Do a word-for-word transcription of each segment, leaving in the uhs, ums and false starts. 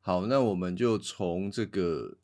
好，那我们就从这个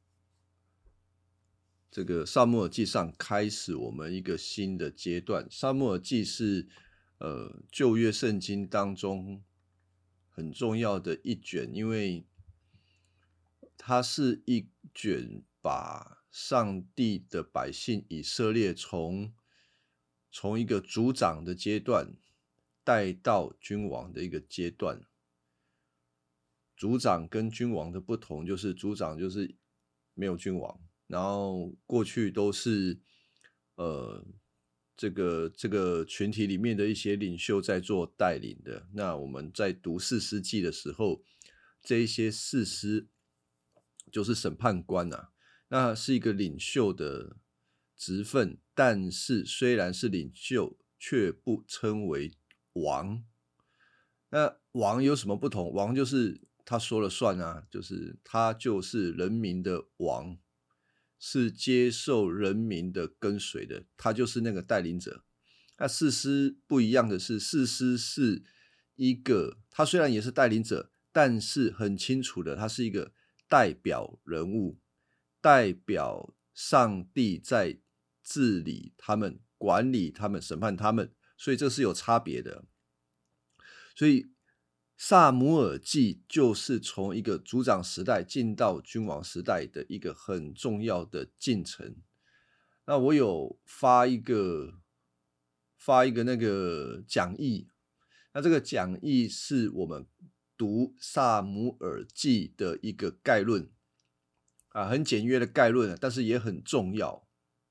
这个撒母耳记上开始，我们一个新的阶段。撒母耳记是呃旧约圣经当中很重要的一卷，因为它是一卷把上帝的百姓以色列从从一个族长的阶段带到君王的一个阶段。族长跟君王的不同，就是族长就是没有君王，然后过去都是呃这个这个群体里面的一些领袖在做带领的。那我们在读士师记的时候，这一些士师就是审判官啊，那是一个领袖的职分，但是虽然是领袖，却不称为王。那王有什么不同？王就是他说了算啊，就是他就是人民的王，是接受人民的跟随的，他就是那个带领者。那士师不一样的是，士师是一个，他虽然也是带领者，但是很清楚的，他是一个代表人物，代表上帝在治理他们、管理他们、审判他们，所以这是有差别的。所以撒母耳记就是从一个族长时代进到君王时代的一个很重要的进程。那我有发一个发一个那个讲义，那这个讲义是我们读撒母耳记的一个概论啊，很简约的概论，但是也很重要。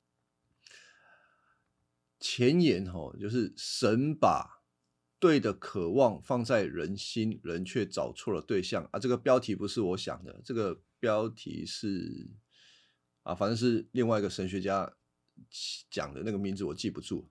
前言齁，就是神把对的渴望放在人心，人却找错了对象啊！这个标题不是我想的，这个标题是啊，反正是另外一个神学家讲的，那个名字我记不住。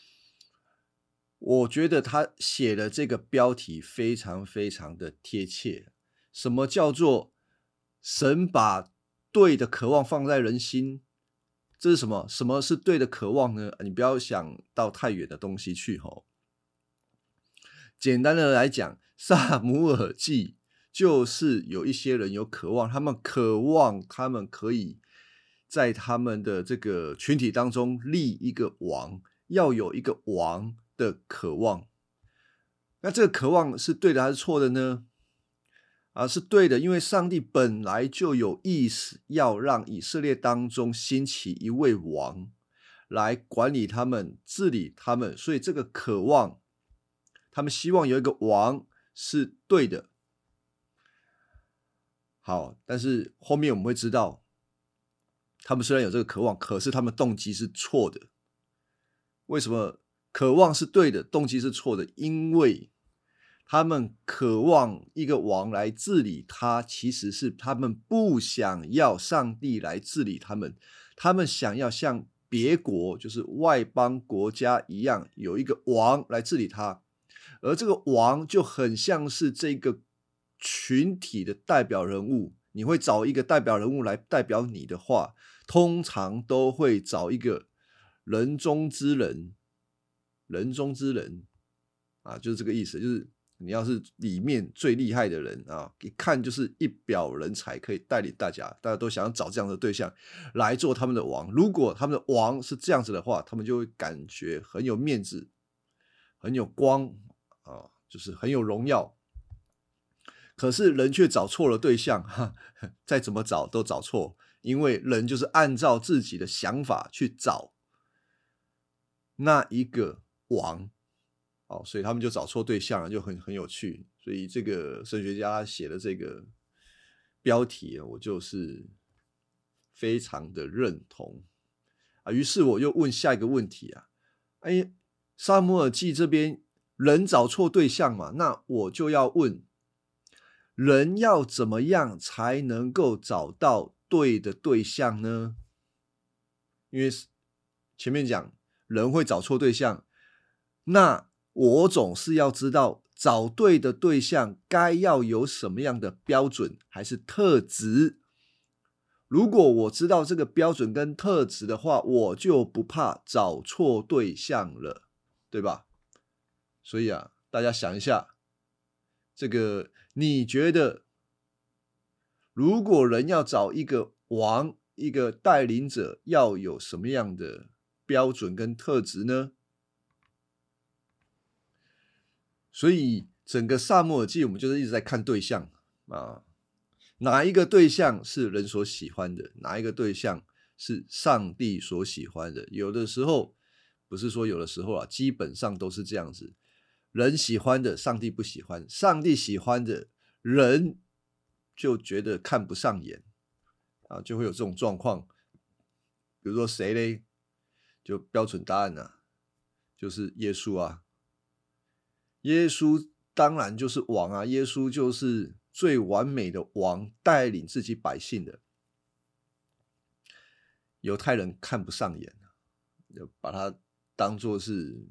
我觉得他写的这个标题非常非常的贴切。什么叫做神把对的渴望放在人心？这是什么？什么是对的渴望呢？你不要想到太远的东西去吼。简单的来讲，撒母耳记就是有一些人有渴望，他们渴望他们可以在他们的这个群体当中立一个王，要有一个王的渴望。那这个渴望是对的还是错的呢？啊，是对的，因为上帝本来就有意识要让以色列当中兴起一位王来管理他们、治理他们，所以这个渴望，他们希望有一个王是对的。好，但是后面我们会知道，他们虽然有这个渴望，可是他们动机是错的。为什么渴望是对的，动机是错的？因为他们渴望一个王来治理他，其实是他们不想要上帝来治理他们，他们想要像别国，就是外邦国家一样，有一个王来治理他，而这个王就很像是这个群体的代表人物。你会找一个代表人物来代表你的话，通常都会找一个人中之人，人中之人啊，就是这个意思，就是你要是里面最厉害的人啊，一看就是一表人才，可以带领大家，大家都想要找这样的对象来做他们的王。如果他们的王是这样子的话，他们就会感觉很有面子，很有光啊，就是很有荣耀。可是人却找错了对象，哈，再怎么找都找错，因为人就是按照自己的想法去找那一个王。哦，所以他们就找错对象了，就很很有趣。所以这个神学家写的这个标题，我就是非常的认同啊。于是我又问下一个问题啊，哎，撒母耳记这边人找错对象嘛，那我就要问，人要怎么样才能够找到对的对象呢？因为前面讲人会找错对象，那我总是要知道找对的对象该要有什么样的标准还是特质。如果我知道这个标准跟特质的话，我就不怕找错对象了，对吧？所以啊，大家想一下，这个你觉得如果人要找一个王，一个带领者，要有什么样的标准跟特质呢？所以整个撒母耳记我们就是一直在看对象啊，哪一个对象是人所喜欢的，哪一个对象是上帝所喜欢的。有的时候不是说有的时候啊，基本上都是这样子，人喜欢的上帝不喜欢，上帝喜欢的人就觉得看不上眼啊，就会有这种状况。比如说谁嘞？就标准答案啊，就是耶稣啊。耶稣当然就是王啊，耶稣就是最完美的王，带领自己百姓的。犹太人看不上眼，就把他当作是，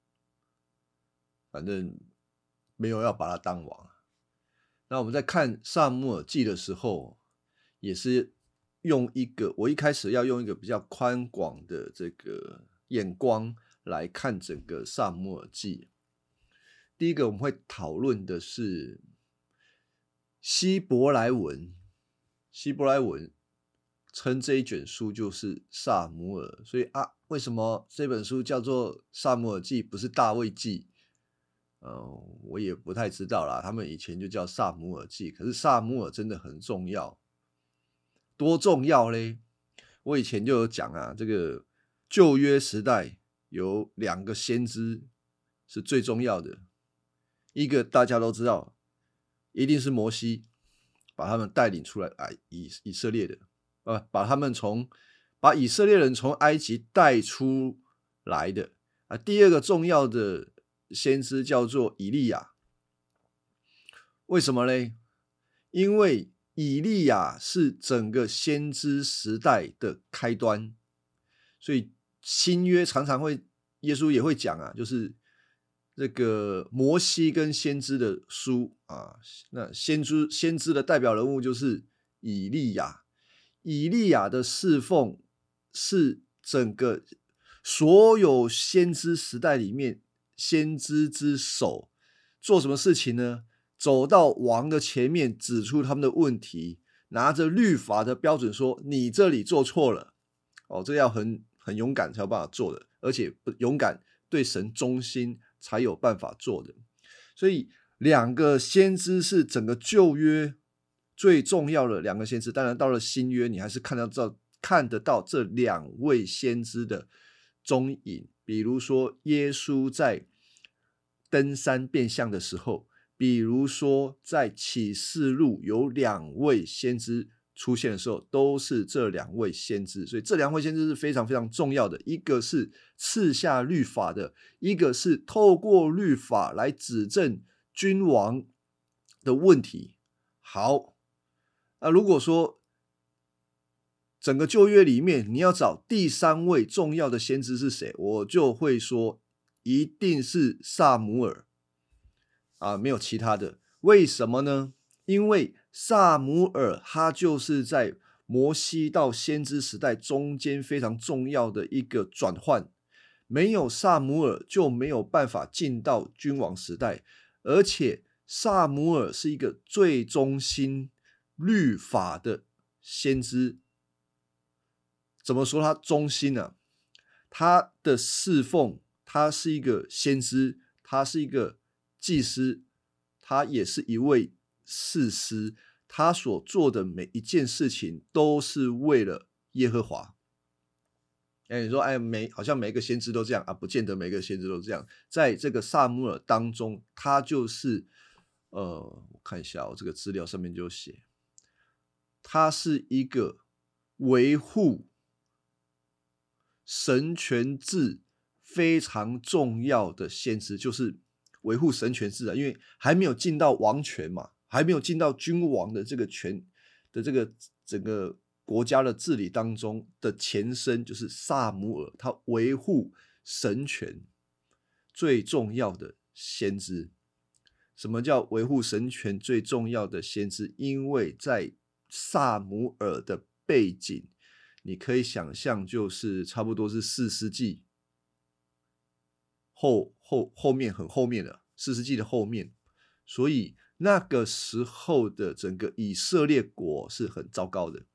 反正没有要把他当王。那我们在看撒母耳记的时候，也是用一个，我一开始要用一个比较宽广的这个眼光来看整个撒母耳记。第一个我们会讨论的是希伯来文，希伯来文称这一卷书就是撒母耳，所以啊，为什么这本书叫做撒母耳记，不是大卫记？呃，我也不太知道啦，他们以前就叫撒母耳记，可是撒母耳真的很重要，多重要嘞？我以前就有讲啊，这个旧约时代有两个先知是最重要的。一个大家都知道，一定是摩西把他们带领出来啊，以以色列的，呃，把他们从把以色列人从埃及带出来的啊。第二个重要的先知叫做以利亚，为什么呢？因为以利亚是整个先知时代的开端，所以新约常常会，耶稣也会讲啊，就是这个摩西跟先知的书啊，那先知先知的代表人物就是以利亚。以利亚的侍奉是整个所有先知时代里面先知之首。做什么事情呢？走到王的前面，指出他们的问题，拿着律法的标准说：“你这里做错了。”哦，这要很很勇敢才有办法做的，而且勇敢对神忠心才有办法做的。所以两个先知是整个旧约最重要的两个先知。当然到了新约，你还是看得到看得到这两位先知的踪影。比如说耶稣在登山变相的时候，比如说在启示录有两位先知出现的时候，都是这两位先知。所以这两位先知是非常非常重要的，一个是赐下律法的，一个是透过律法来指正君王的问题。好，那如果说整个旧约里面你要找第三位重要的先知是谁，我就会说一定是撒母耳啊，没有其他的。为什么呢？因为撒母耳他就是在摩西到先知时代中间非常重要的一个转换，没有撒母耳就没有办法进到君王时代，而且撒母耳是一个最忠心律法的先知。怎么说他忠心呢、啊？他的侍奉，他是一个先知，他是一个祭司，他也是一位士师，他所做的每一件事情都是为了耶和华。哎，你说，哎，每好像每一个先知都这样啊？不见得每个先知都这样。在这个撒母耳当中，他就是，呃，我看一下，我这个资料上面就写，他是一个维护神权制非常重要的先知，就是维护神权制啊，因为还没有进到王权嘛，还没有进到君王的这个权的这个整个国家的治理当中的前身，就是撒母耳，他维护神权最重要的先知。什么叫维护神权最重要的先知？因为在撒母耳的背景，你可以想象，就是差不多是四世纪后后后面很后面的四世纪的后面，所以那个时候的整个以色列国是很糟糕的，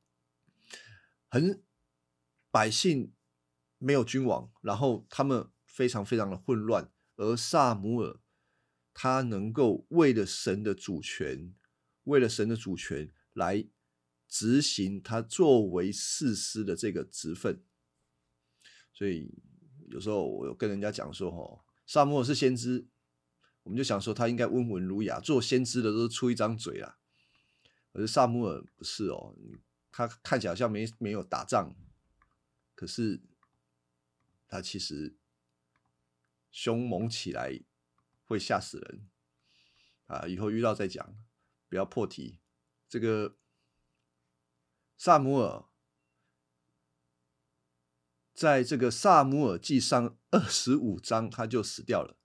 很百姓没有君王，然后他们非常非常的混乱，而撒母耳他能够为了神的主权，为了神的主权来执行他作为士师的这个职分。所以有时候我有跟人家讲说，哦，撒母耳是先知，我们就想说他应该温文儒雅，做先知的都是出一张嘴啦。可是撒母耳不是哦，他看起来好像没没有打仗，可是他其实凶猛起来会吓死人啊！以后遇到再讲，不要破题。这个撒母耳在这个撒母耳记上二十五章他就死掉了，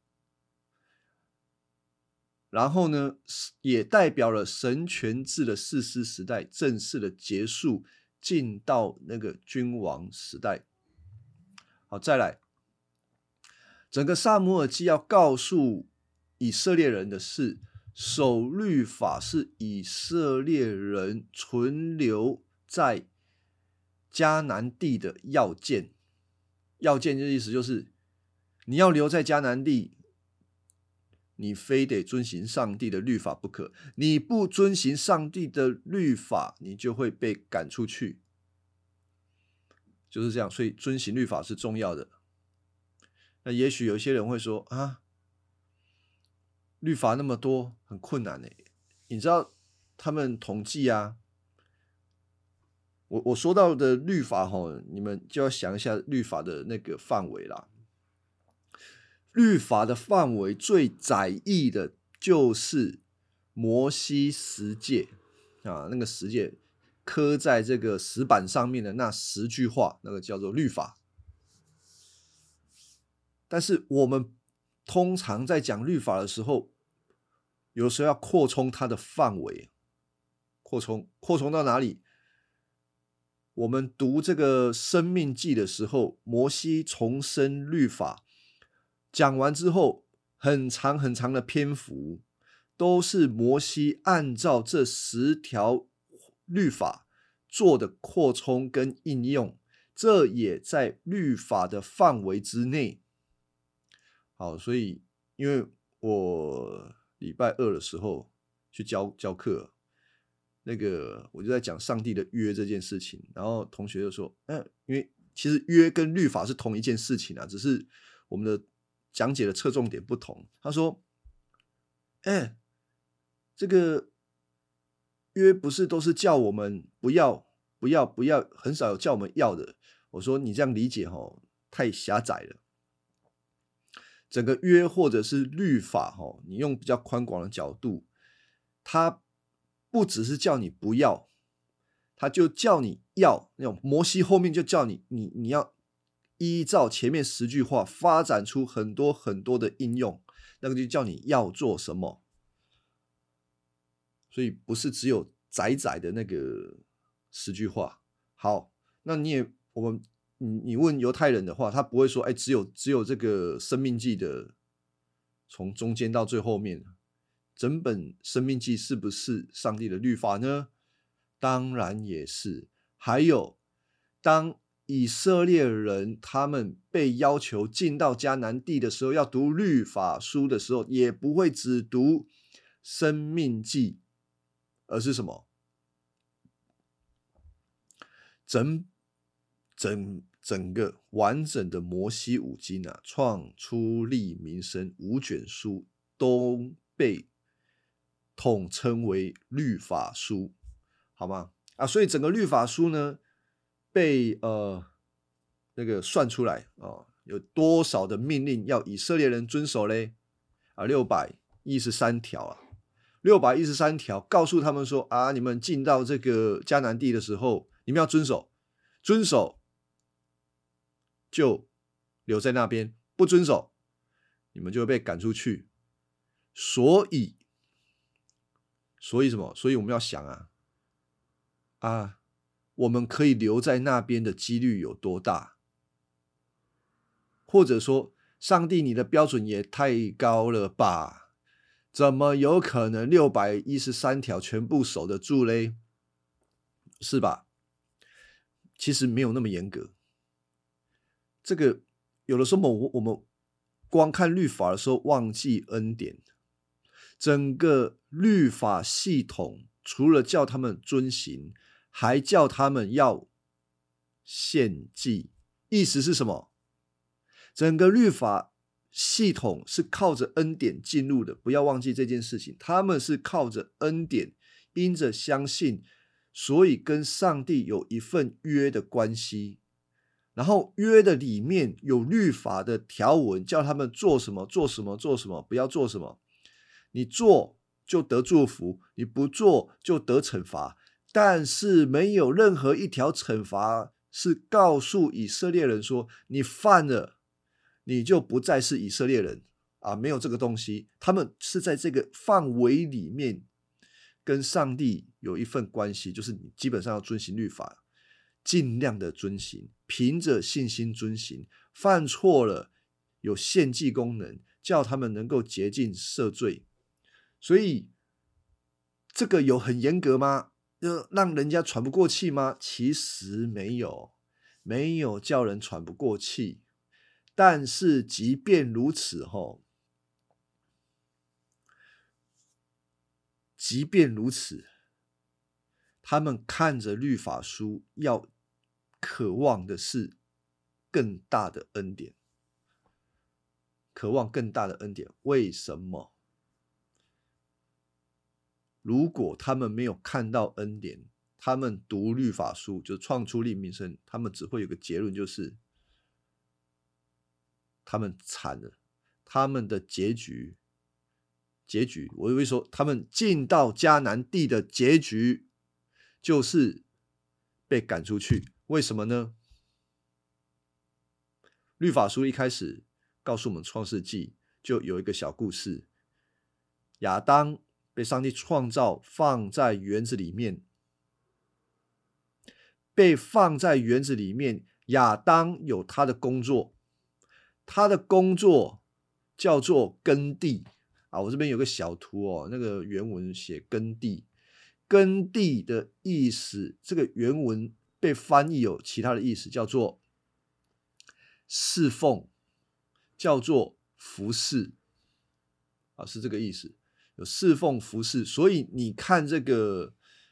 然后呢，也代表了神权制的士师时代正式的结束，进到那个君王时代。好，再来，整个撒母耳记要告诉以色列人的是，守律法是以色列人存留在迦南地的要件。要件的意思就是你要留在迦南地，你非得遵行上帝的律法不可，你不遵行上帝的律法，你就会被赶出去，就是这样。所以遵行律法是重要的。那也许有些人会说啊，律法那么多很困难耶。你知道他们统计啊，我我说到的律法齁，你们就要想一下律法的那个范围啦。律法的范围最窄义的就是摩西十诫啊，那个十诫刻在这个石板上面的那十句话，那个叫做律法。但是我们通常在讲律法的时候，有时候要扩充它的范围，扩充扩充到哪里？我们读这个申命记的时候，摩西重申律法，讲完之后，很长很长的篇幅都是摩西按照这十条律法做的扩充跟应用，这也在律法的范围之内。好，所以因为我礼拜二的时候去教教课，那个我就在讲上帝的约这件事情，然后同学就说，嗯，因为其实约跟律法是同一件事情啊，只是我们的讲解的侧重点不同。他说，哎，这个约不是都是叫我们不要不要不要，很少有叫我们要的。我说你这样理解齁，太狭窄了。整个约或者是律法齁，你用比较宽广的角度，它不只是叫你不要，他就叫你要，那种摩西后面就叫你你你要依照前面十句话发展出很多很多的应用，那个就叫你要做什么。所以不是只有窄窄的那个十句话。好，那你也我们你你问犹太人的话，他不会说，哎，只有只有这个申命记的从中间到最后面，整本申命记是不是上帝的律法呢？当然也是。还有，当以色列人他们被要求进到迦南地的时候，要读律法书的时候，也不会只读申命记，而是什么？整整整个完整的摩西五经啊，创出利民申五卷书都被统称为律法书，好吗？啊，所以整个律法书呢，被呃那个算出来哦，有多少的命令要以色列人遵守嘞？啊，六百一十三条啊，六百一十三条告诉他们说啊，你们进到这个迦南地的时候，你们要遵守，遵守就留在那边，不遵守你们就会被赶出去。所以，所以什么？所以我们要想啊，啊，我们可以留在那边的几率有多大？或者说，上帝你的标准也太高了吧？ 怎么有可能六百一十三条全部守得住嘞？是吧？其实没有那么严格。这个有的时候我们我们光看律法的时候忘记恩典。整个律法系统除了叫他们遵行，还叫他们要献祭。意思是什么？整个律法系统是靠着恩典进入的，不要忘记这件事情。他们是靠着恩典，因着相信，所以跟上帝有一份约的关系。然后约的里面有律法的条文，叫他们做什么做什么做什么，不要做什么。你做就得祝福，你不做就得惩罚。但是没有任何一条惩罚是告诉以色列人说，你犯了你就不再是以色列人啊，没有这个东西。他们是在这个范围里面跟上帝有一份关系，就是你基本上要遵行律法，尽量的遵行，凭着信心遵行。犯错了有献祭功能，叫他们能够洁净赦罪。所以这个有很严格吗？就让人家喘不过气吗？其实没有，没有叫人喘不过气。但是即便如此吼，即便如此，他们看着律法书，要渴望的是更大的恩典，渴望更大的恩典。为什么？如果他们没有看到恩典，他们读律法书，就创出利民生，他们只会有个结论，就是他们惨了。他们的结局，结局，我会说，他们进到迦南地的结局，就是被赶出去。为什么呢？律法书一开始告诉我们创世纪就有一个小故事，亚当被上帝创造放在园子里面，被放在园子里面，亚当有他的工作，他的工作叫做耕地啊。我这边有个小图哦，那个原文写耕地，耕地的意思，这个原文被翻译有其他的意思，叫做侍奉，叫做服侍啊，是这个意思。有侍奉服侍，所以你看这个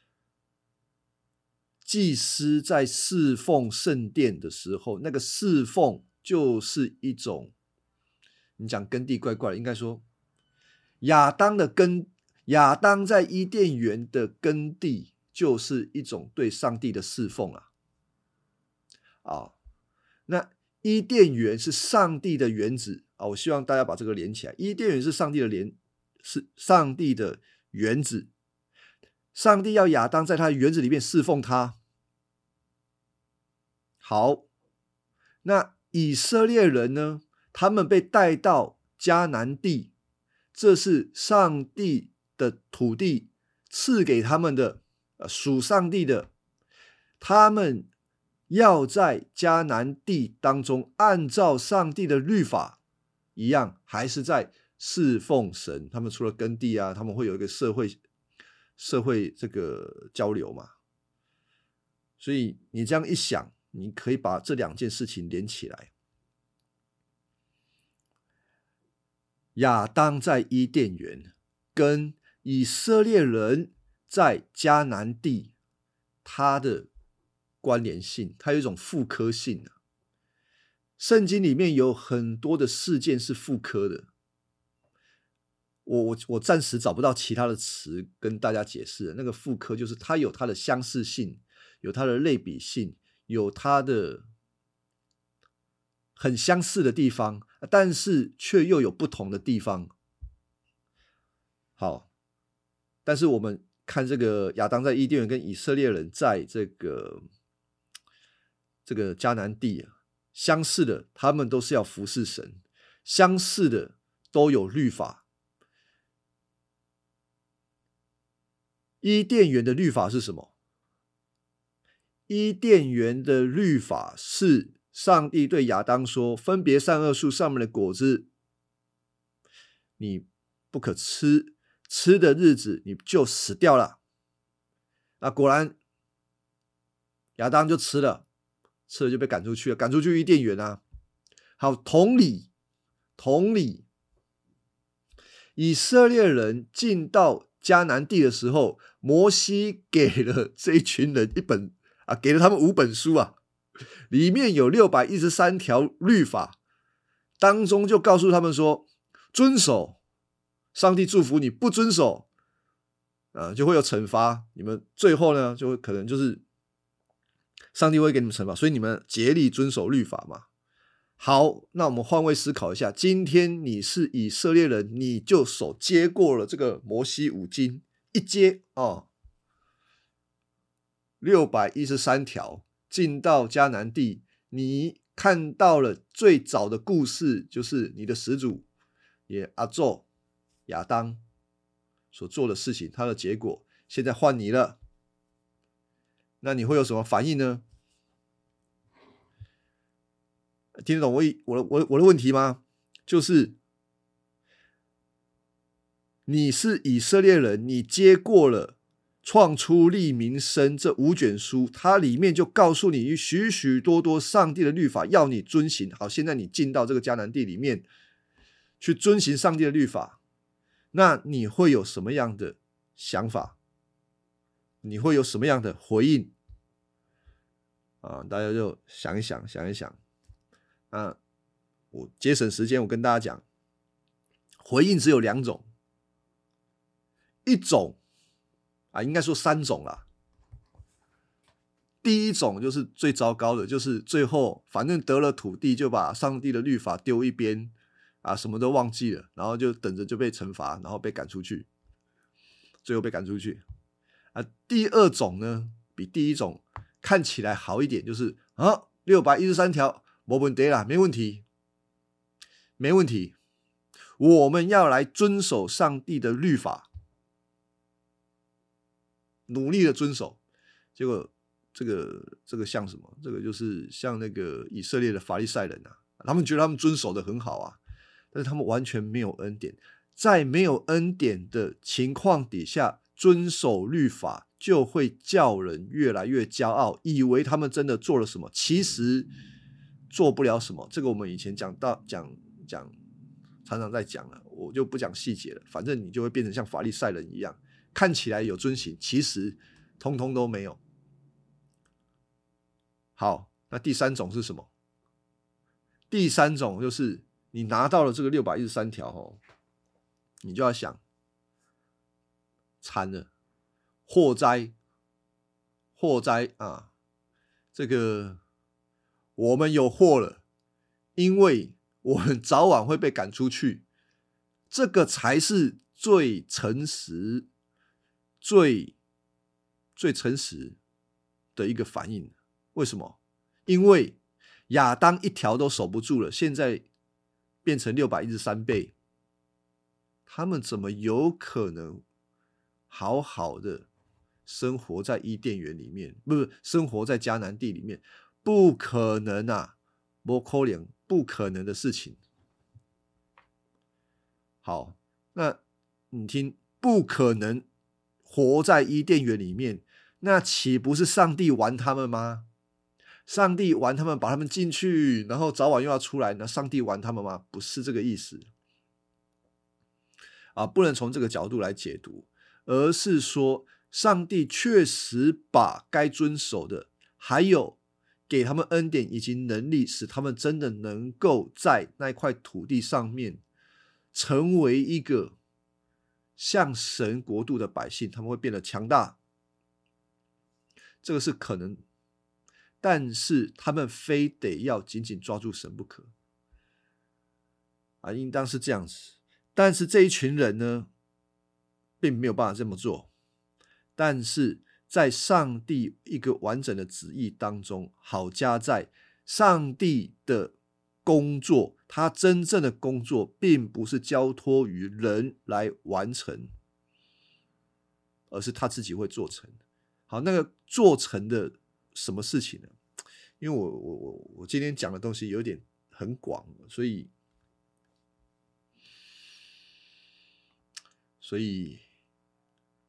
祭司在侍奉圣殿的时候，那个侍奉就是一种，你讲耕地怪怪的，应该说亚当的耕，亚当在伊甸园的耕地就是一种对上帝的侍奉啊。啊，那伊甸园是上帝的园子啊，我希望大家把这个连起来。伊甸园是上帝的连。是上帝的园子，上帝要亚当在他的园子里面侍奉他。好，那以色列人呢？他们被带到迦南地，这是上帝的土地赐给他们的，属上帝的。他们要在迦南地当中按照上帝的律法一样，还是在侍奉神。他们除了耕地啊，他们会有一个社会社会这个交流嘛。所以你这样一想，你可以把这两件事情连起来。亚当在伊甸园跟以色列人在迦南地，它的关联性，它有一种复刻性啊。圣经里面有很多的事件是复刻的。我我我暂时找不到其他的词跟大家解释。那个复刻就是它有它的相似性，有它的类比性，有它的很相似的地方，但是却又有不同的地方。好，但是我们看这个亚当在伊甸园跟以色列人在这个这个迦南地啊，相似的，他们都是要服侍神，相似的都有律法。伊甸园的律法是什么？伊甸园的律法是上帝对亚当说，分别善恶树上面的果子你不可吃， 吃的日子你就死掉了。那果然亚当就吃了，吃了就被赶出去了，赶出去伊甸园啊。好，同理，同理，以色列人进到迦南地的时候，摩西给了这一群人一本啊，给了他们五本书啊，里面有六百一十三条律法，当中就告诉他们说，遵守，上帝祝福你；不遵守，啊，就会有惩罚。你们最后呢，就会可能就是上帝会给你们惩罚，所以你们竭力遵守律法嘛。好，那我们换位思考一下，今天你是以色列人，你就手接过了这个摩西五经，一接哦，六百一十三条，进到迦南地，你看到了最早的故事，就是你的始祖也阿宙亚当所做的事情，他的结果现在换你了，那你会有什么反应呢？听得懂我我我我的问题吗？就是你是以色列人，你接过了创出利民申这五卷书，它里面就告诉你许许多多上帝的律法要你遵行。好，现在你进到这个迦南地里面去遵行上帝的律法，那你会有什么样的想法？你会有什么样的回应？啊，大家就想一想，想一想。啊，我节省时间，我跟大家讲，回应只有两种，一种啊，应该说三种啦。第一种就是最糟糕的，就是最后反正得了土地，就把上帝的律法丢一边啊，什么都忘记了，然后就等着就被惩罚，然后被赶出去，最后被赶出去。啊，第二种呢，比第一种看起来好一点，就是啊，六百一十三条。没问题啦，没问题，没问题。我们要来遵守上帝的律法，努力的遵守。结果这个这个像什么？这个就是像那个以色列的法利赛人啊，他们觉得他们遵守的很好啊，但是他们完全没有恩典。在没有恩典的情况底下，遵守律法就会叫人越来越骄傲，以为他们真的做了什么，其实做不了什么。这个我们以前讲到讲讲常常在讲了，我就不讲细节了。反正你就会变成像法利赛人一样，看起来有遵行，其实通通都没有。好，那第三种是什么？第三种就是你拿到了这个六百一十三条哦，你就要想，惨了，祸灾，祸灾啊！这个我们有祸了，因为我们早晚会被赶出去，这个才是最诚实、最最诚实的一个反应。为什么？因为亚当一条都守不住了，现在变成六百一十三倍，他们怎么有可能好好的生活在伊甸园里面？不是生活在迦南地里面，不可能啊，不可能，不可能的事情。好，那你听，不可能活在伊甸园里面，那岂不是上帝玩他们吗？上帝玩他们，把他们进去，然后早晚又要出来，那上帝玩他们吗？不是这个意思啊，不能从这个角度来解读，而是说上帝确实把该遵守的，还有给他们恩典以及能力，使他们真的能够在那块土地上面成为一个像神国度的百姓，他们会变得强大，这个是可能，但是他们非得要紧紧抓住神不可啊，应当是这样子。但是这一群人呢，并没有办法这么做。但是在上帝一个完整的旨意当中，好加在上帝的工作，他真正的工作并不是交托于人来完成，而是他自己会做成。好，那个做成的什么事情呢？因为我我我我今天讲的东西有点很广，所以所以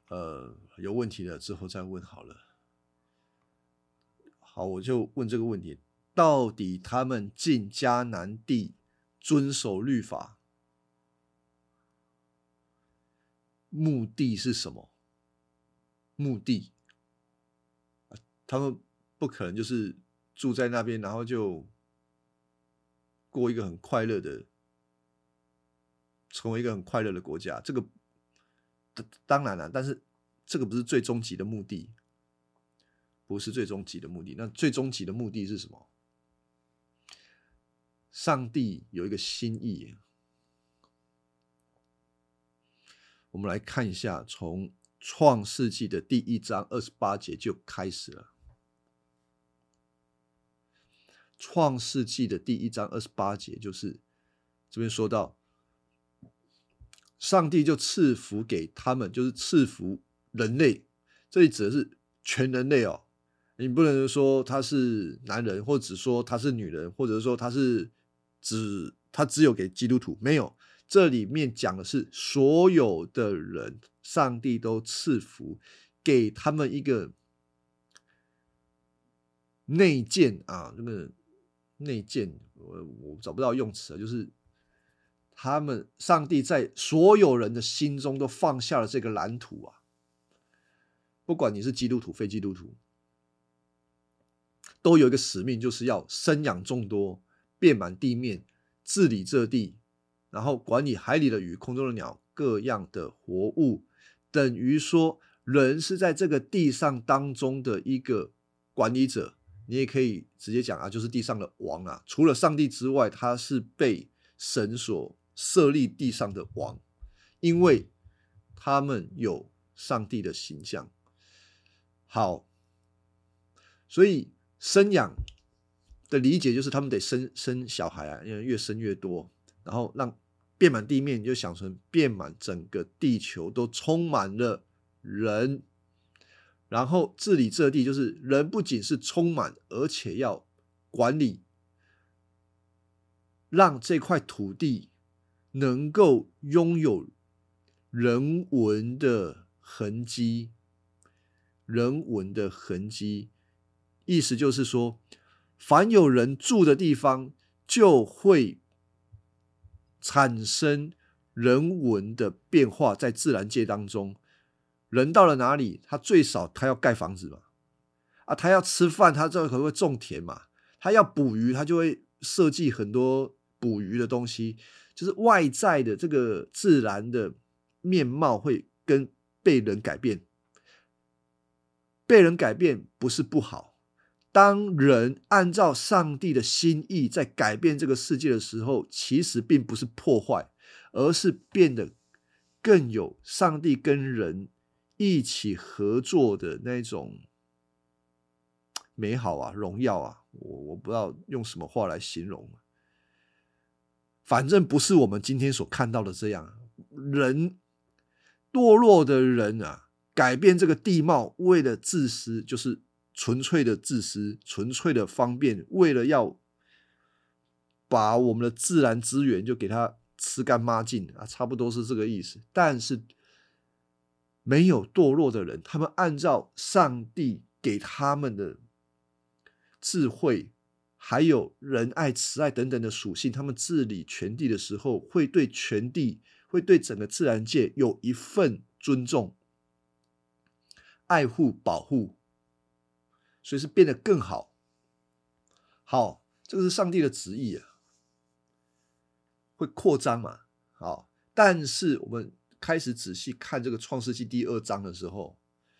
呃有问题了之后再问好了。好，我就问这个问题：到底他们进迦南地遵守律法，目的是什么？目的，他们不可能就是住在那边，然后就过一个很快乐的，成为一个很快乐的国家。这个当然了，但是这个不是最终极的目的，不是最终极的目的。那最终极的目的是什么？上帝有一个心意。我们来看一下，从创世纪的第一章二十八节就开始了。创世纪的第一章二十八节就是这边说到，上帝就赐福给他们，就是赐福人类。这里指的是全人类哦，你不能说他是男人，或只说他是女人，或者说他是只他只有给基督徒，没有。这里面讲的是所有的人，上帝都赐福给他们一个内建啊，那个内建，我我找不到用词了，就是他们上帝在所有人的心中都放下了这个蓝图啊，不管你是基督徒非基督徒，都有一个使命，就是要生养众多，遍满地面，治理这地，然后管理海里的鱼，空中的鸟，各样的活物。等于说人是在这个地上当中的一个管理者，你也可以直接讲啊，就是地上的王啊。除了上帝之外，他是被神所设立地上的王，因为他们有上帝的形象。好，所以生养的理解就是他们得生生小孩啊，因为越生越多，然后让遍满地面，你就想成遍满整个地球都充满了人，然后治理这地，就是人不仅是充满，而且要管理，让这块土地能够拥有人文的痕迹，人文的痕迹，意思就是说，凡有人住的地方，就会产生人文的变化。在自然界当中，人到了哪里，他最少他要盖房子嘛，啊，他要吃饭，他就可能会种田嘛，他要捕鱼，他就会设计很多捕鱼的东西，就是外在的这个自然的面貌会跟被人改变。被人改变不是不好，当人按照上帝的心意在改变这个世界的时候，其实并不是破坏，而是变得更有上帝跟人一起合作的那种美好啊，荣耀啊，我我不知道用什么话来形容，反正不是我们今天所看到的这样。人堕落的人啊，改变这个地貌，为了自私，就是纯粹的自私，纯粹的方便，为了要把我们的自然资源就给它吃干抹净啊，差不多是这个意思。但是没有堕落的人，他们按照上帝给他们的智慧，还有仁爱、慈爱等等的属性，他们治理全地的时候，会对全地，会对整个自然界有一份尊重、爱护、保护，所以是变得更好。好，这个是上帝的旨意啊，会扩张嘛。好，但是我们开始仔细看这个创世纪第二章的时候，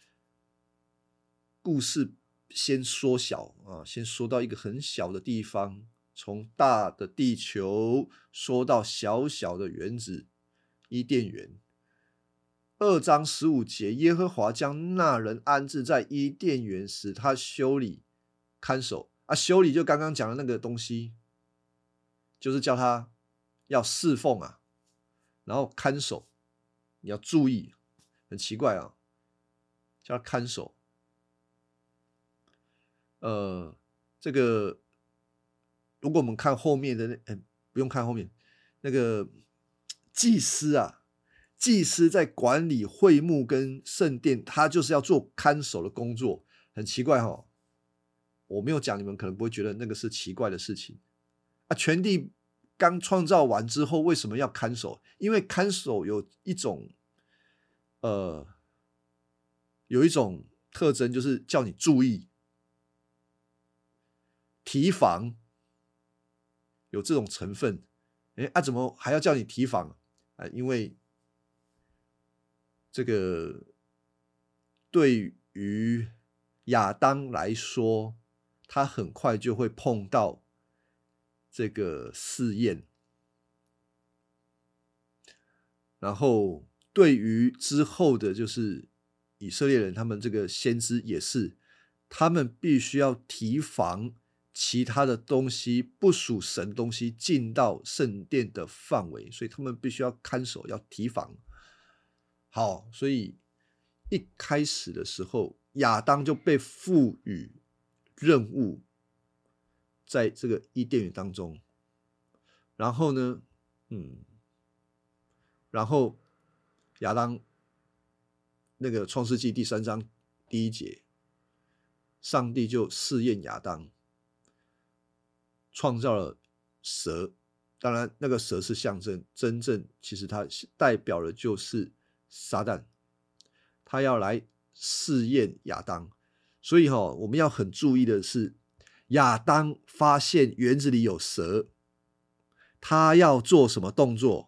故事先缩小啊，先说到一个很小的地方，从大的地球说到小小的园子伊甸园。二章十五节，耶和华将那人安置在伊甸园，使他修理看守啊，修理就刚刚讲的那个东西，就是叫他要侍奉啊，然后看守，你要注意，很奇怪啊，叫他看守。呃，这个如果我们看后面的那，欸，不用看后面那个祭司啊， 祭司在管理会幕跟圣殿，他就是要做看守的工作。很奇怪哦，我没有讲，你们可能不会觉得那个是奇怪的事情啊。全地刚创造完之后，为什么要看守？因为看守有一种呃有一种特征，就是叫你注意提防，有这种成分。哎啊，怎么还要叫你提防啊？因为这个对于亚当来说，他很快就会碰到这个试验，然后对于之后的就是以色列人，他们这个先知也是，他们必须要提防其他的东西，不属神东西进到圣殿的范围，所以他们必须要看守，要提防。好，所以一开始的时候，亚当就被赋予任务，在这个伊甸园当中。然后呢，嗯，然后亚当那个创世纪第三章第一节，上帝就试验亚当，创造了蛇。当然，那个蛇是象征，真正其实它代表的就是撒旦，他要来试验亚当。所以、哦、我们要很注意的是，亚当发现园子里有蛇，他要做什么动作？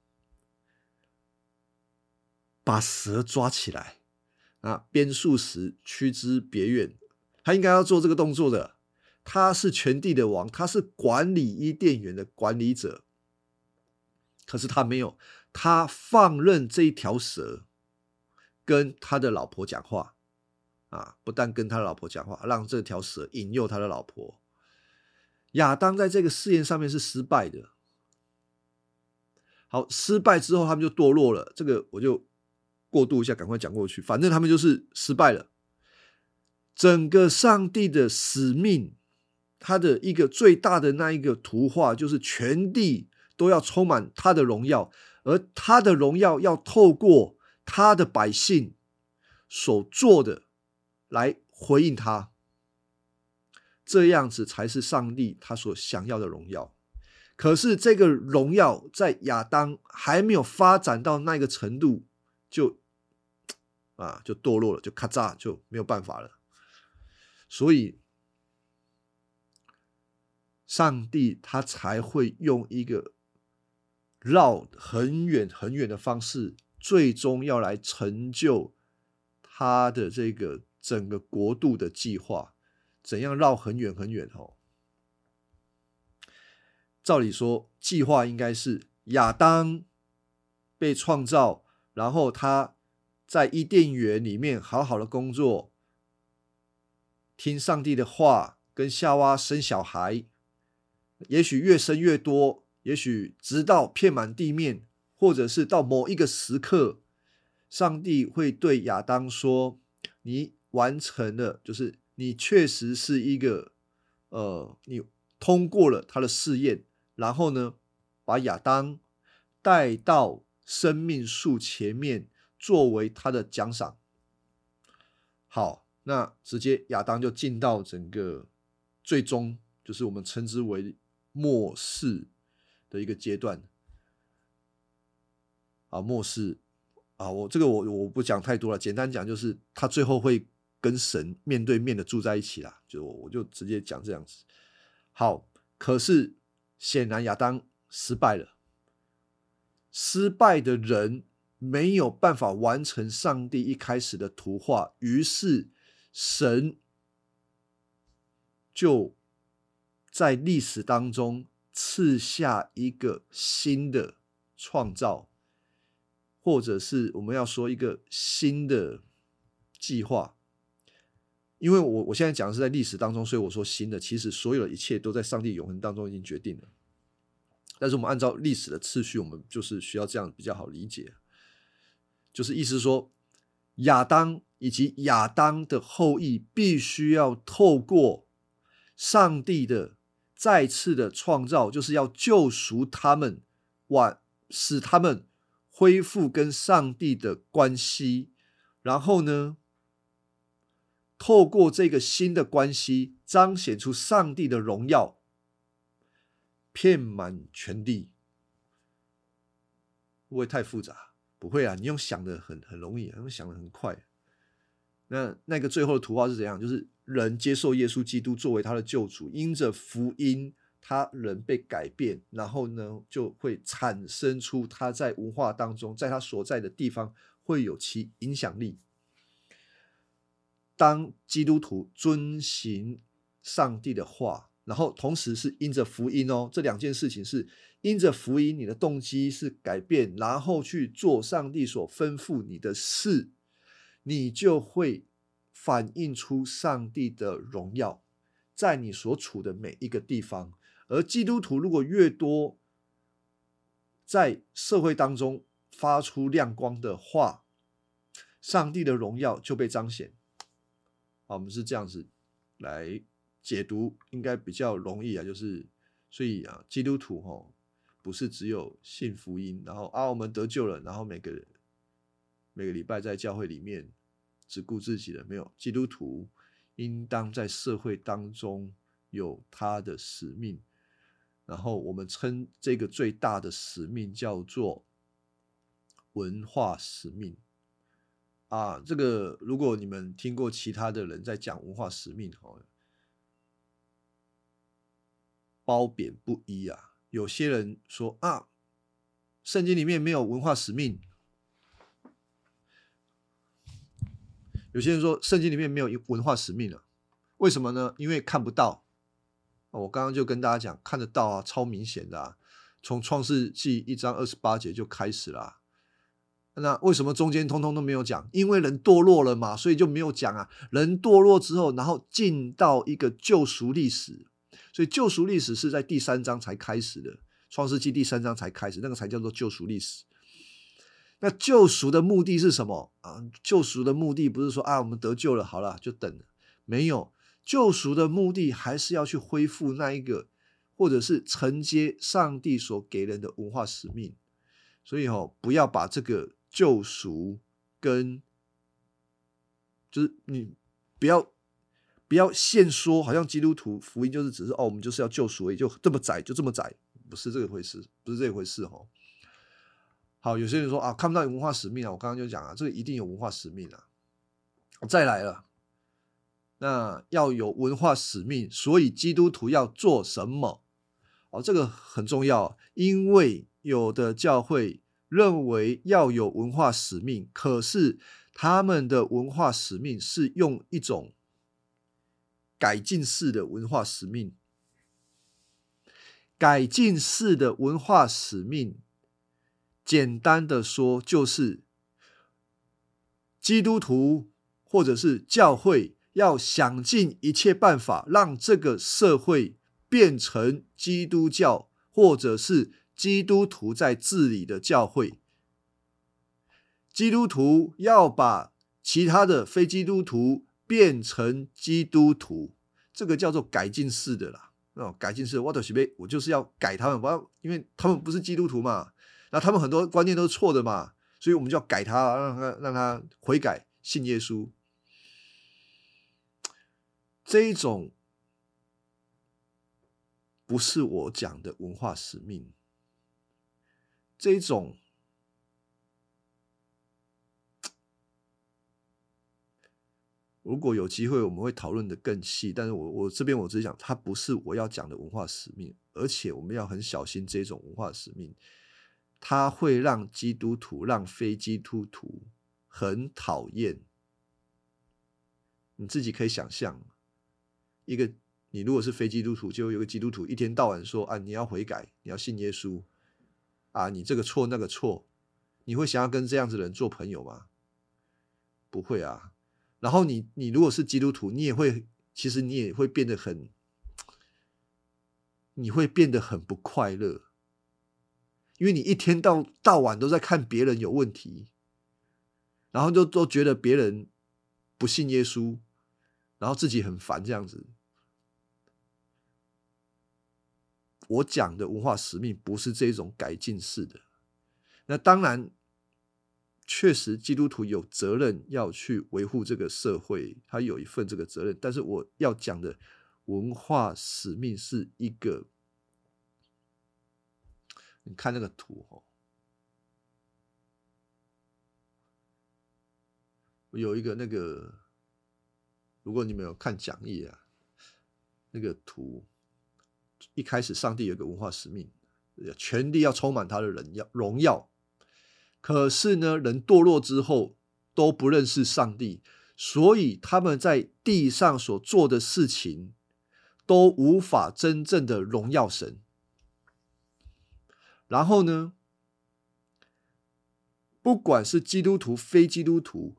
把蛇抓起来啊，鞭数时驱之别院。他应该要做这个动作的，他是全地的王，他是管理伊甸园的管理者。可是他没有，他放任这一条蛇跟他的老婆讲话啊，不但跟他的老婆讲话，让这条蛇引诱他的老婆。亚当在这个试验上面是失败的。好，失败之后他们就堕落了，这个我就过渡一下，赶快讲过去。反正他们就是失败了。整个上帝的使命，他的一个最大的那一个图画，就是全地都要充满他的荣耀，而他的荣耀要透过他的百姓所做的来回应他，这样子才是上帝他所想要的荣耀。可是这个荣耀在亚当还没有发展到那个程度，就啊就堕落了，就咔嚓，就没有办法了。所以上帝他才会用一个绕很远很远的方式，最终要来成就他的这个整个国度的计划。怎样绕很远很远哦？照理说，计划应该是亚当被创造，然后他在伊甸园里面好好的工作，听上帝的话，跟夏娃生小孩，也许越生越多，也许直到遍满地面，或者是到某一个时刻，上帝会对亚当说：你完成了，就是你确实是一个呃，你通过了他的试验，然后呢，把亚当带到生命树前面，作为他的奖赏。好，那直接亚当就进到整个最终，就是我们称之为末世的一个阶段。啊，末世啊，我这个我我不讲太多了，简单讲就是他最后会跟神面对面的住在一起啦，就我就直接讲这样子。好，可是显然亚当失败了，失败的人没有办法完成上帝一开始的图画，于是神就在历史当中赐下一个新的创造，或者是我们要说一个新的计划。因为我我现在讲的是在历史当中，所以我说新的，其实所有的一切都在上帝永恒当中已经决定了。但是我们按照历史的次序，我们就是需要这样比较好理解，就是意思说，亚当以及亚当的后裔必须要透过上帝的再次的创造，就是要救赎他们，使他们恢复跟上帝的关系，然后呢，透过这个新的关系，彰显出上帝的荣耀，遍满全地。会不会太复杂？不会啊，你用想的很很容易，用想的很快。那那个最后的图画是怎样？就是人接受耶稣基督作为他的救主，因着福音，他人被改变，然后呢，就会产生出他在文化当中，在他所在的地方会有其影响力。当基督徒遵行上帝的话，然后同时是因着福音哦，这两件事情是因着福音，你的动机是改变，然后去做上帝所吩咐你的事，你就会反映出上帝的荣耀在你所处的每一个地方。而基督徒如果越多在社会当中发出亮光的话，上帝的荣耀就被彰显。好，我们是这样子来解读，应该比较容易啊。就是所以啊，基督徒哦，不是只有信福音，然后啊我们得救了，然后每个每个礼拜在教会里面只顾自己的，没有。基督徒应当在社会当中有他的使命，然后我们称这个最大的使命叫做文化使命。啊，这个如果你们听过其他的人在讲文化使命，褒贬不一啊。有些人说啊，圣经里面没有文化使命；有些人说圣经里面没有文化使命了。为什么呢？因为看不到。我刚刚就跟大家讲，看得到啊，超明显的啊，从创世纪一章二十八节就开始了啊。那为什么中间通通都没有讲？因为人堕落了嘛，所以就没有讲啊。人堕落之后，然后进到一个救赎历史，所以救赎历史是在第三章才开始的，创世纪第三章才开始，那个才叫做救赎历史。那救赎的目的是什么啊？救赎的目的不是说啊，我们得救了，好了就等了，没有。救赎的目的还是要去恢复那一个，或者是承接上帝所给人的文化使命。所以哦，不要把这个救赎跟就是你不要不要限说，好像基督徒福音就是只是哦，我们就是要救赎而已，就这么窄，就这么窄，不是这个回事，不是这一回事哦。好，有些人说啊，看不到有文化使命啊，我刚刚就讲啊，这个一定有文化使命啊。再来了，那要有文化使命，所以基督徒要做什么？哦，这个很重要，因为有的教会认为要有文化使命，可是他们的文化使命是用一种改进式的文化使命。改进式的文化使命，简单的说，就是基督徒或者是教会要想尽一切办法，让这个社会变成基督教或者是基督徒在治理的教会。基督徒要把其他的非基督徒变成基督徒，这个叫做改进式的啦。哦、改进式，我就是要，我就是要改他们，不要，因为他们不是基督徒嘛，那他们很多观念都是错的嘛，所以我们就要改他，让他让他悔改，信耶稣。这一种不是我讲的文化使命，这一种如果有机会我们会讨论的更细，但是我我这边我只是讲，它不是我要讲的文化使命，而且我们要很小心这种文化使命，它会让基督徒让非基督徒很讨厌。你自己可以想象，一个你如果是非基督徒，就有个基督徒一天到晚说啊，你要悔改，你要信耶稣啊，你这个错那个错，你会想要跟这样子的人做朋友吗？不会啊。然后你你如果是基督徒，你也会，其实你也会变得很，你会变得很不快乐，因为你一天到到晚都在看别人有问题，然后就都觉得别人不信耶稣，然后自己很烦这样子。我讲的文化使命不是这种改进式的。那当然确实基督徒有责任要去维护这个社会，他有一份这个责任。但是我要讲的文化使命是一个，你看那个图哦，有一个那个，如果你们有看讲义啊，那个图一开始上帝有一个文化使命，权力要充满他的人要荣耀。可是呢，人堕落之后都不认识上帝，所以他们在地上所做的事情都无法真正的荣耀神。然后呢，不管是基督徒非基督徒，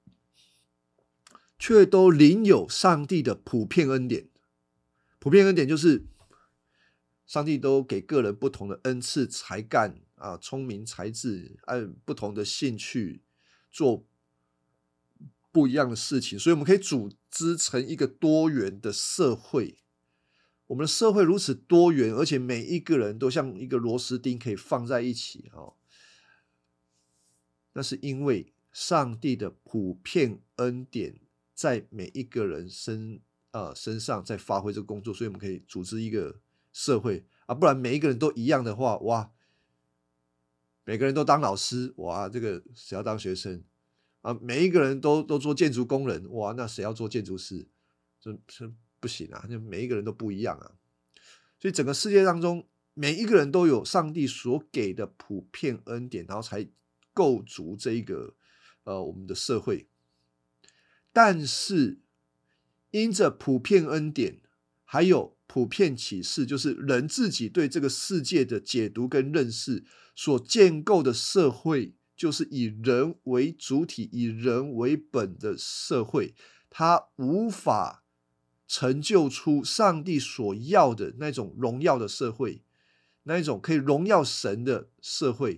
却都领有上帝的普遍恩典。普遍恩典就是上帝都给个人不同的恩赐、才干啊，聪明才智，按不同的兴趣做不一样的事情，所以我们可以组织成一个多元的社会。我们的社会如此多元，而且每一个人都像一个螺丝钉可以放在一起哦。那是因为上帝的普遍恩典在每一个人身呃身上在发挥这个工作，所以我们可以组织一个社会啊，不然每一个人都一样的话，哇，每个人都当老师，哇，这个谁要当学生啊？每一个人都都做建筑工人，哇，那谁要做建筑师？这这不行啊，就每一个人都不一样啊。所以整个世界当中，每一个人都有上帝所给的普遍恩典，然后才构筑这一个呃我们的社会。但是因着普遍恩典，还有普遍启示，就是人自己对这个世界的解读跟认识所建构的社会，就是以人为主体、以人为本的社会，它无法成就出上帝所要的那种荣耀的社会，那一种可以荣耀神的社会。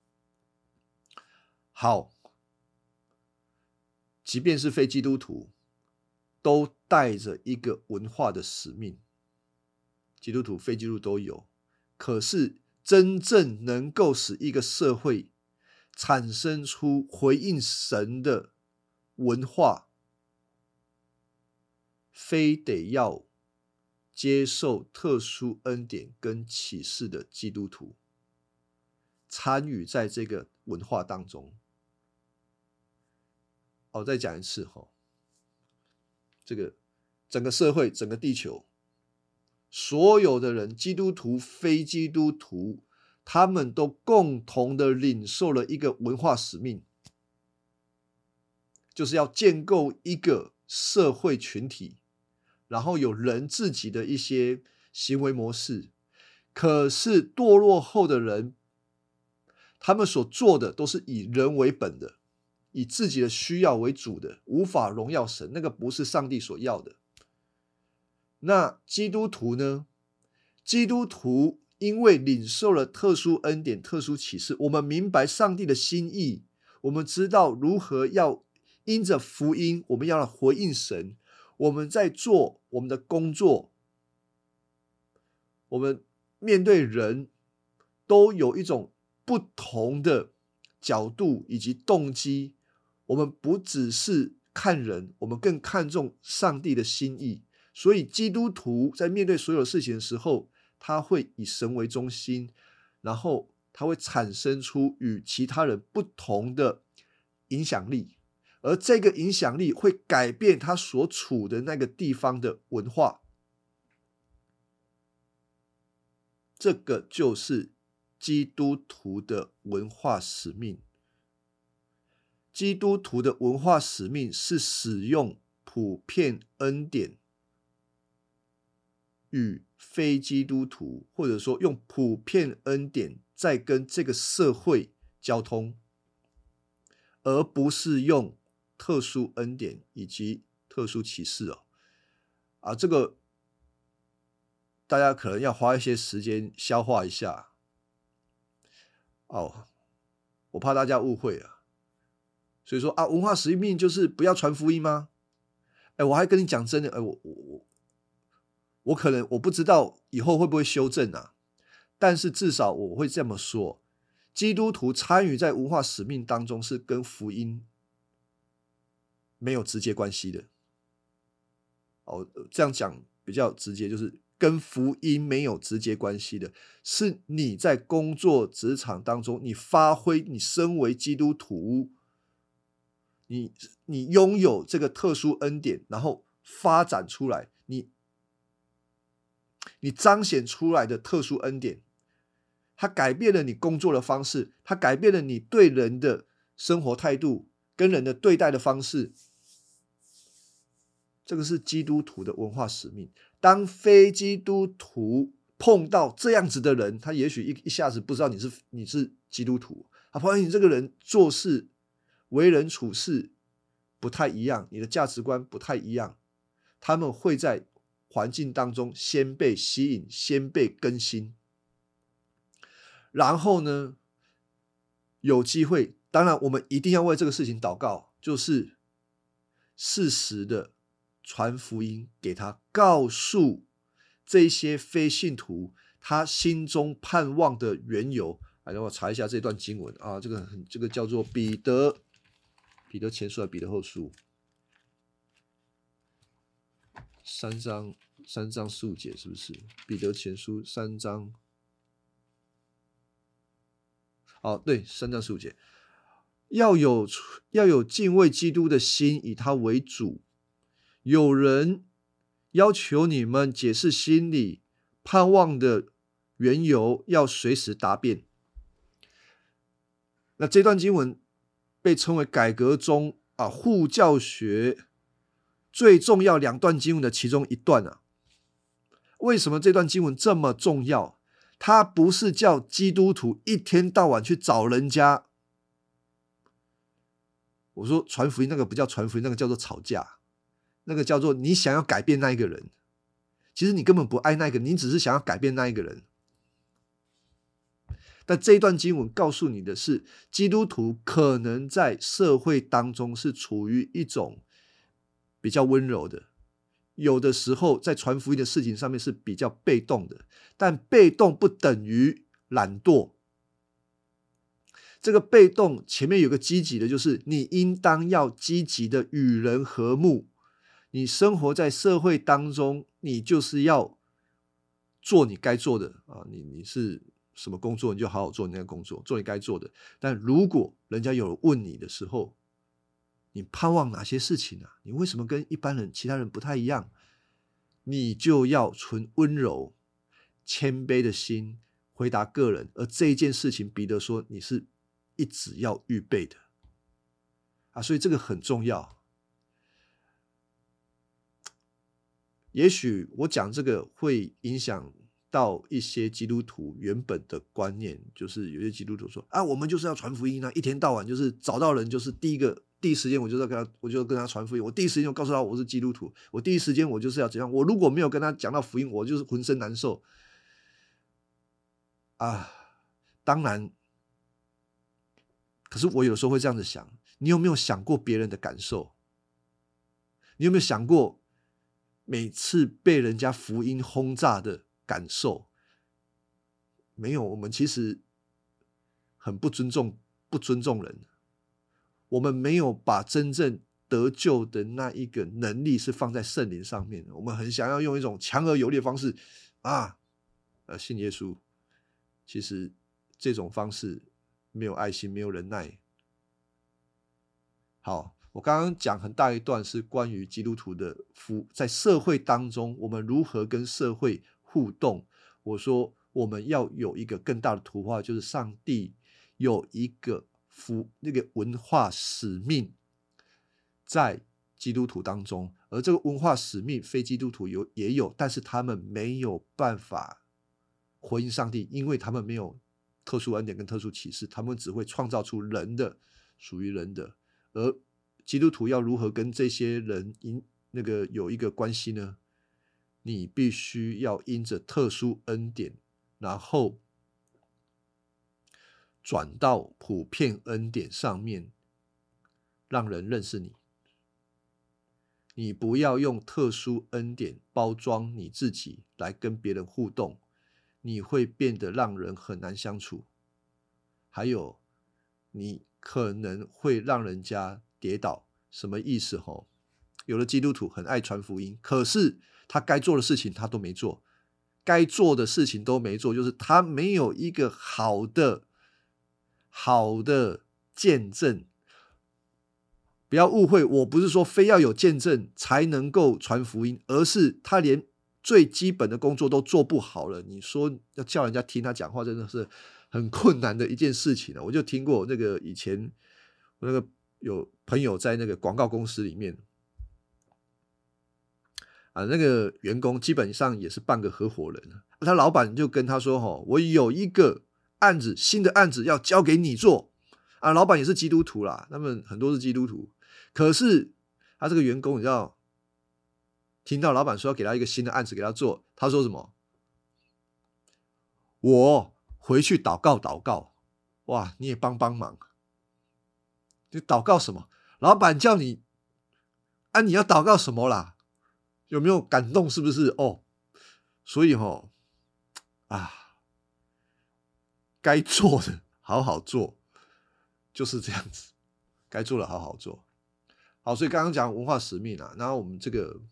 好，即便是非基督徒，都带着一个文化的使命，基督徒、非基督徒都有。可是真正能够使一个社会产生出回应神的文化，非得要接受特殊恩典跟启示的基督徒参与在这个文化当中。哦，再讲一次哈，这个整个社会、整个地球，所有的人，基督徒、非基督徒，他们都共同的领受了一个文化使命，就是要建构一个社会群体，然后有人自己的一些行为模式。可是堕落后的人，他们所做的都是以人为本的，以自己的需要为主的，无法荣耀神，那个不是上帝所要的。那基督徒呢？基督徒因为领受了特殊恩典、特殊启示，我们明白上帝的心意，我们知道如何要因着福音，我们要来回应神。我们在做我们的工作，我们面对人都有一种不同的角度以及动机。我们不只是看人，我们更看重上帝的心意。所以基督徒在面对所有事情的时候，他会以神为中心，然后他会产生出与其他人不同的影响力，而这个影响力会改变他所处的那个地方的文化。这个就是基督徒的文化使命。基督徒的文化使命是使用普遍恩典与非基督徒，或者说用普遍恩典在跟这个社会交通，而不是用特殊恩典以及特殊启示哦。啊，这个大家可能要花一些时间消化一下哦，我怕大家误会啊。所以说啊，文化使命就是不要传福音吗？哎，我还跟你讲真的，哎，我我我我可能我不知道以后会不会修正啊，但是至少我会这么说： 基督徒参与在文化使命当中是跟福音没有直接关系的。哦，这样讲比较直接，就是跟福音没有直接关系的，是你在工作职场当中，你发挥你身为基督徒，你你拥有这个特殊恩典，然后发展出来，你你彰显出来的特殊恩典，它改变了你工作的方式，它改变了你对人的生活态度，跟人的对待的方式。这个是基督徒的文化使命。当非基督徒碰到这样子的人，他也许 一, 一下子不知道你是你是基督徒，他发现你这个人做事、为人处事不太一样，你的价值观不太一样，他们会在环境当中先被吸引，先被更新，然后呢，有机会，当然我们一定要为这个事情祷告，就是适时的传福音给他，告诉这些非信徒他心中盼望的缘由。来，让我查一下这段经文啊，这个很这个叫做彼得彼得前书还是彼得后书？三章三章十五节是不是？彼得前书三章，哦，对，三章十五节，要有要有敬畏基督的心，以他为主。有人要求你们解释心里盼望的缘由，要随时答辩。那这段经文被称为改革中啊护教学最重要两段经文的其中一段啊。为什么这段经文这么重要？它不是叫基督徒一天到晚去找人家，我说传福音那个不叫传福音，那个叫做吵架，那个叫做你想要改变那一个人，其实你根本不爱那一个人，你只是想要改变那一个人。但这一段经文告诉你的是，基督徒可能在社会当中是处于一种比较温柔的，有的时候在传福音的事情上面是比较被动的，但被动不等于懒惰。这个被动前面有个积极的，就是你应当要积极的与人和睦。你生活在社会当中，你就是要做你该做的啊！你你是什么工作，你就好好做你那个工作，做你该做的。但如果人家有人问你的时候，你盼望哪些事情啊？你为什么跟一般人、其他人不太一样？你就要存温柔、谦卑的心回答个人。而这一件事情，彼得说你是一直要预备的啊，所以这个很重要。也许我讲这个会影响到一些基督徒原本的观念，就是有些基督徒说啊，我们就是要传福音啊，一天到晚就是找到人，就是第一个第一时间我就要跟他，我就跟他传福音，我第一时间就告诉他我是基督徒，我第一时间我就是要怎样，我如果没有跟他讲到福音，我就是浑身难受啊。当然，可是我有时候会这样子想，你有没有想过别人的感受？你有没有想过每次被人家福音轰炸的感受？没有，我们其实很不尊重不尊重人，我们没有把真正得救的那一个能力是放在圣灵上面，我们很想要用一种强而有力的方式啊，呃，信耶稣。其实这种方式没有爱心，没有忍耐。好，我刚刚讲很大一段是关于基督徒的福，在社会当中我们如何跟社会互动。我说我们要有一个更大的图画，就是上帝有一个福那个文化使命在基督徒当中，而这个文化使命非基督徒有也有，但是他们没有办法回应上帝，因为他们没有特殊恩典跟特殊启示，他们只会创造出人的属于人的。而基督徒要如何跟这些人因那个有一个关系呢？你必须要因着特殊恩典，然后转到普遍恩典上面，让人认识你。你不要用特殊恩典包装你自己来跟别人互动，你会变得让人很难相处。 还有你可能会让人家跌倒。什么意思吼？有的基督徒很爱传福音，可是他该做的事情他都没做，该做的事情都没做，就是他没有一个好的好的见证。不要误会，我不是说非要有见证才能够传福音，而是他连最基本的工作都做不好了，你说要叫人家听他讲话，真的是很困难的一件事情啊。我就听过那个以前我那个有朋友在那个广告公司里面啊，那个员工基本上也是半个合伙人，他老板就跟他说：“哦，我有一个案子，新的案子要交给你做啊。”老板也是基督徒啦，他们很多是基督徒，可是他这个员工，你知道，听到老板说要给他一个新的案子给他做，他说什么？我回去祷告祷告。哇，你也帮帮忙，你祷告什么？老板叫你啊，你要祷告什么啦？有没有感动？是不是？哦，所以齁，啊，该做的好好做，就是这样子，该做的好好做。好，所以刚刚讲文化使命啊，然后我们这个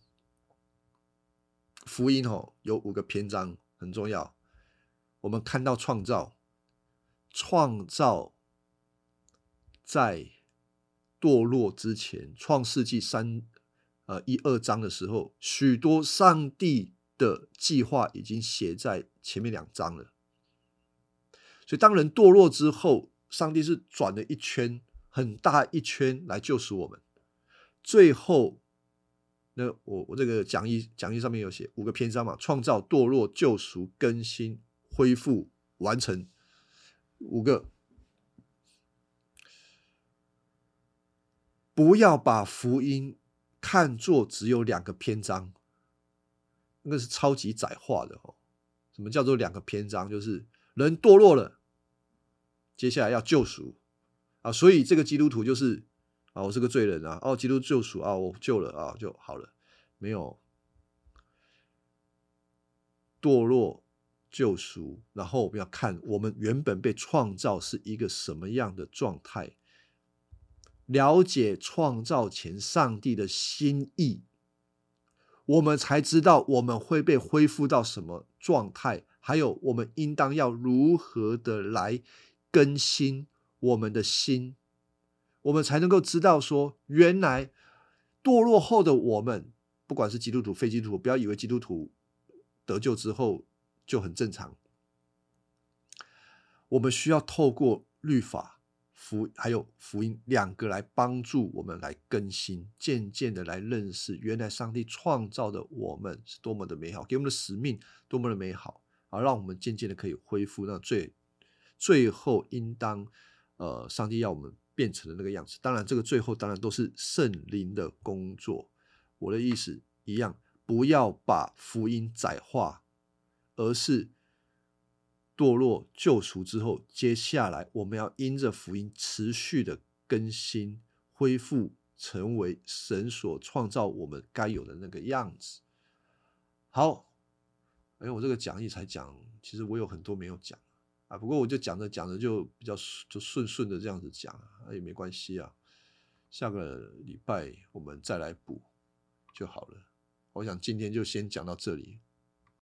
福音齁有五个篇章很重要。我们看到创造，创造在堕落之前，创世纪三呃一二章的时候，许多上帝的计划已经写在前面两章了。所以当人堕落之后，上帝是转了一圈，很大一圈来救赎我们。最后，那我我这个讲义讲义上面有写五个篇章嘛，创造、堕落、救赎、更新、恢复、完成，五个。不要把福音看作只有两个篇章，那个是超级窄化的哦。什么叫做两个篇章？就是人堕落了，接下来要救赎啊，所以这个基督徒就是啊，我是个罪人啊，哦，基督救赎啊，我救了啊就好了，没有堕落救赎，然后我们要看我们原本被创造是一个什么样的状态。了解创造前上帝的心意，我们才知道我们会被恢复到什么状态，还有我们应当要如何的来更新我们的心，我们才能够知道说，原来堕落后的我们，不管是基督徒非基督徒，不要以为基督徒得救之后就很正常，我们需要透过律法福还有福音两个来帮助我们来更新，渐渐的来认识原来上帝创造的我们是多么的美好，给我们的使命多么的美好，而让我们渐渐的可以恢复那最最后应当呃上帝要我们变成的那个样子。当然这个最后当然都是圣灵的工作。我的意思一样，不要把福音窄化，而是堕落救赎之后，接下来我们要因着福音持续的更新恢复，成为神所创造我们该有的那个样子。好，哎，我这个讲义才讲，其实我有很多没有讲啊，不过我就讲着讲着就比较就顺顺的这样子讲啊，也没关系啊，下个礼拜我们再来补就好了。我想今天就先讲到这里。